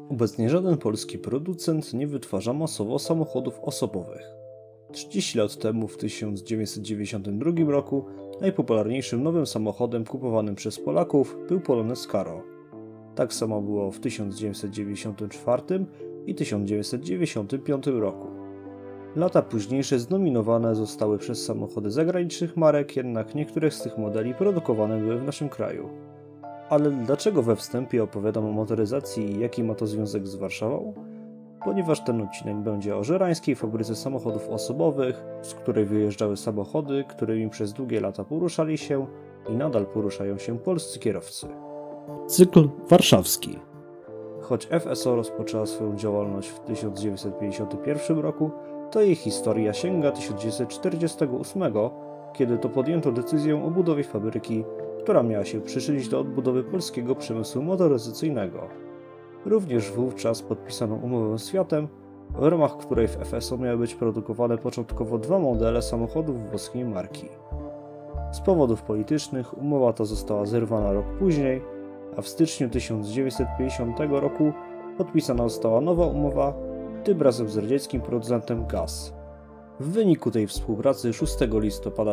Obecnie żaden polski producent nie wytwarza masowo samochodów osobowych. 30 lat temu, w 1992 roku, najpopularniejszym nowym samochodem kupowanym przez Polaków był Polonez Caro. Tak samo było w 1994 i 1995 roku. Lata późniejsze zdominowane zostały przez samochody zagranicznych marek, jednak niektóre z tych modeli produkowane były w naszym kraju. Ale dlaczego we wstępie opowiadam o motoryzacji i jaki ma to związek z Warszawą? Ponieważ ten odcinek będzie o żerańskiej fabryce samochodów osobowych, z której wyjeżdżały samochody, którymi przez długie lata poruszali się i nadal poruszają się polscy kierowcy. Cykl warszawski. Choć FSO rozpoczęła swoją działalność w 1951 roku, to jej historia sięga 1948, kiedy to podjęto decyzję o budowie fabryki, która miała się przyczynić do odbudowy polskiego przemysłu motoryzacyjnego. Również wówczas podpisano umowę z Fiatem, w ramach której w FSO miały być produkowane początkowo 2 modele samochodów włoskiej marki. Z powodów politycznych umowa ta została zerwana rok później, a w styczniu 1950 roku podpisana została nowa umowa, tym razem z radzieckim producentem GAZ. W wyniku tej współpracy 6 listopada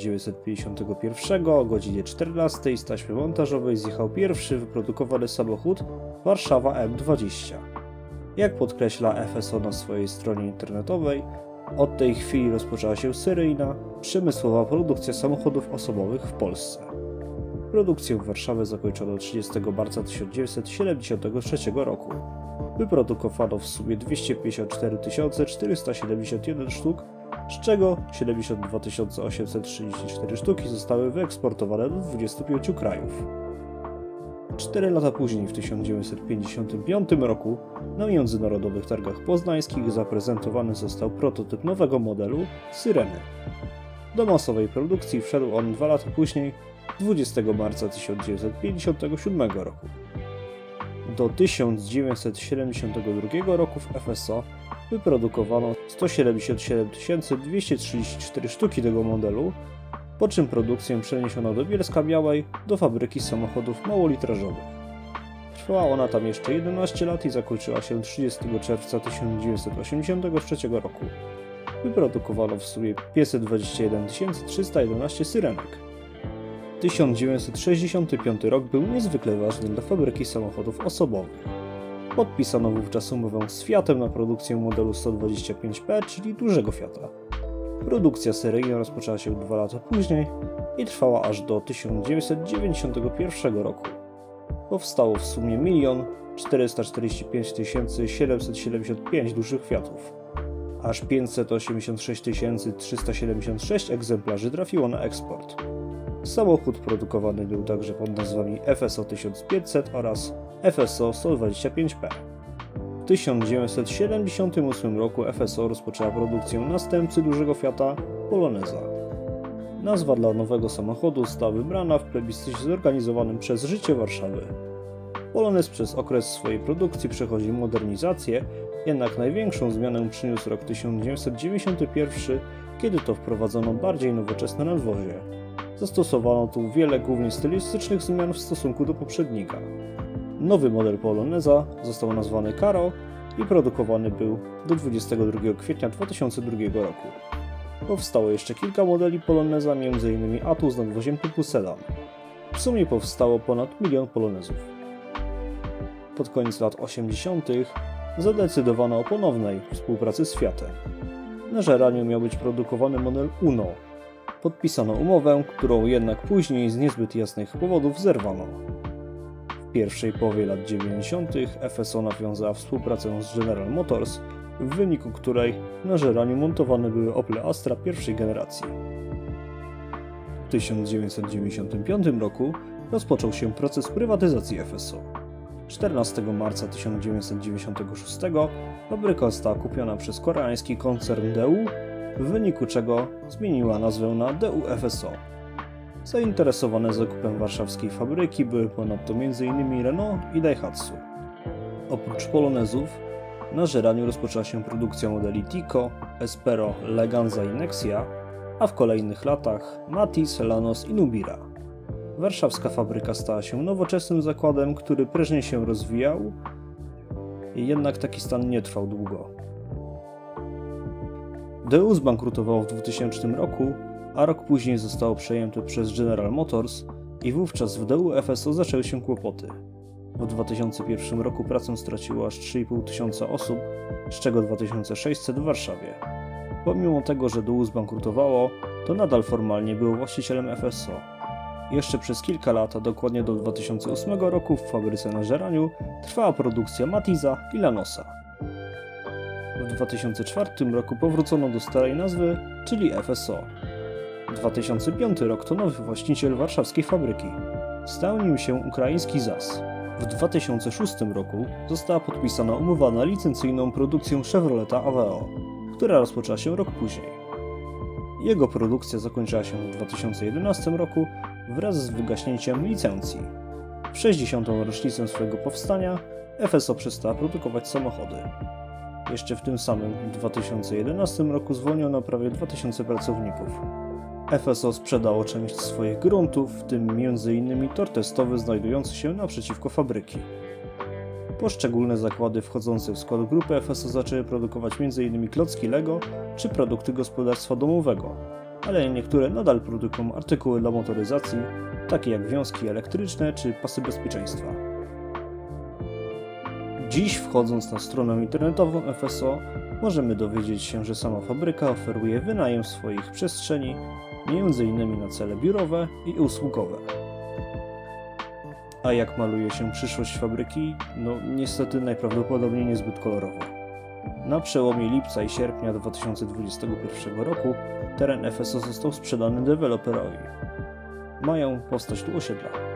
1951 o godzinie 14 z taśmy montażowej zjechał pierwszy wyprodukowany samochód Warszawa M20. Jak podkreśla FSO na swojej stronie internetowej, od tej chwili rozpoczęła się seryjna, przemysłowa produkcja samochodów osobowych w Polsce. Produkcję w Warszawie zakończono 30 marca 1973 roku. Wyprodukowano w sumie 254 471 sztuk, z czego 72 834 sztuki zostały wyeksportowane do 25 krajów. 4 lata później, w 1955 roku, na międzynarodowych targach poznańskich zaprezentowany został prototyp nowego modelu Syreny. Do masowej produkcji wszedł on 2 lata później, 20 marca 1957 roku. Do 1972 roku w FSO wyprodukowano 177 234 sztuki tego modelu, po czym produkcję przeniesiono do Bielska-Białej, do fabryki samochodów małolitrażowych. Trwała ona tam jeszcze 11 lat i zakończyła się 30 czerwca 1983 roku. Wyprodukowano w sumie 521 311 syrenek. 1965 rok był niezwykle ważny dla fabryki samochodów osobowych. Podpisano wówczas umowę z Fiatem na produkcję modelu 125P, czyli dużego Fiata. Produkcja seryjna rozpoczęła się 2 lata później i trwała aż do 1991 roku. Powstało w sumie 1 445 775 dużych Fiatów. Aż 586 376 egzemplarzy trafiło na eksport. Samochód produkowany był także pod nazwami FSO 1500 oraz FSO 125P. W 1978 roku FSO rozpoczęła produkcję następcy dużego Fiata Poloneza. Nazwa dla nowego samochodu została wybrana w plebiscycie zorganizowanym przez Życie Warszawy. Polonez przez okres swojej produkcji przechodzi modernizację, jednak największą zmianę przyniósł rok 1991, kiedy to wprowadzono bardziej nowoczesne nadwozie. Zastosowano tu wiele głównie stylistycznych zmian w stosunku do poprzednika. Nowy model Poloneza został nazwany Caro i produkowany był do 22 kwietnia 2002 roku. Powstało jeszcze kilka modeli Poloneza, m.in. Atus z nadwoziem typu sedan. W sumie powstało ponad 1 milion Polonezów. Pod koniec lat 80. zadecydowano o ponownej współpracy z Fiatem. Na żeraniu miał być produkowany model Uno. Podpisano umowę, którą jednak później z niezbyt jasnych powodów zerwano. W pierwszej połowie lat 90. FSO nawiązała współpracę z General Motors, w wyniku której na żeraniu montowane były Opel Astra pierwszej generacji. W 1995 roku rozpoczął się proces prywatyzacji FSO. 14 marca 1996 fabryka została kupiona przez koreański koncern DU, w wyniku czego zmieniła nazwę na DU FSO. Zainteresowane zakupem warszawskiej fabryki były ponadto m.in. Renault i Daihatsu. Oprócz Polonezów, na żeraniu rozpoczęła się produkcja modeli Tico, Espero, Leganza i Nexia, a w kolejnych latach Matiz, Lanos i Nubira. Warszawska fabryka stała się nowoczesnym zakładem, który prężnie się rozwijał jednak taki stan nie trwał długo. DU zbankrutowało w 2000 roku, a rok później zostało przejęte przez General Motors i wówczas w DU FSO zaczęły się kłopoty. W 2001 roku pracę straciło aż 3,5 tysiąca osób, z czego 2600 w Warszawie. Pomimo tego, że DU zbankrutowało, to nadal formalnie było właścicielem FSO. Jeszcze przez kilka lat, a dokładnie do 2008 roku w fabryce na Żeraniu trwała produkcja Matiza i Lanosa. W 2004 roku powrócono do starej nazwy, czyli FSO. 2005 rok to nowy właściciel warszawskiej fabryki. Stał nim się ukraiński ZAS. W 2006 roku została podpisana umowa na licencyjną produkcję Chevroleta Aveo, która rozpoczęła się rok później. Jego produkcja zakończyła się w 2011 roku wraz z wygaśnięciem licencji. W 60. rocznicę swojego powstania FSO przestała produkować samochody. Jeszcze w tym samym 2011 roku zwolniono prawie 2000 pracowników. FSO sprzedało część swoich gruntów, w tym m.in. tor testowy znajdujący się naprzeciwko fabryki. Poszczególne zakłady wchodzące w skład grupy FSO zaczęły produkować m.in. klocki Lego czy produkty gospodarstwa domowego, ale niektóre nadal produkują artykuły dla motoryzacji, takie jak wiązki elektryczne czy pasy bezpieczeństwa. Dziś, wchodząc na stronę internetową FSO, możemy dowiedzieć się, że sama fabryka oferuje wynajem swoich przestrzeni, m.in. na cele biurowe i usługowe. A jak maluje się przyszłość fabryki? No niestety najprawdopodobniej niezbyt kolorowo. Na przełomie lipca i sierpnia 2021 roku teren FSO został sprzedany deweloperowi. Mają powstać tu osiedla.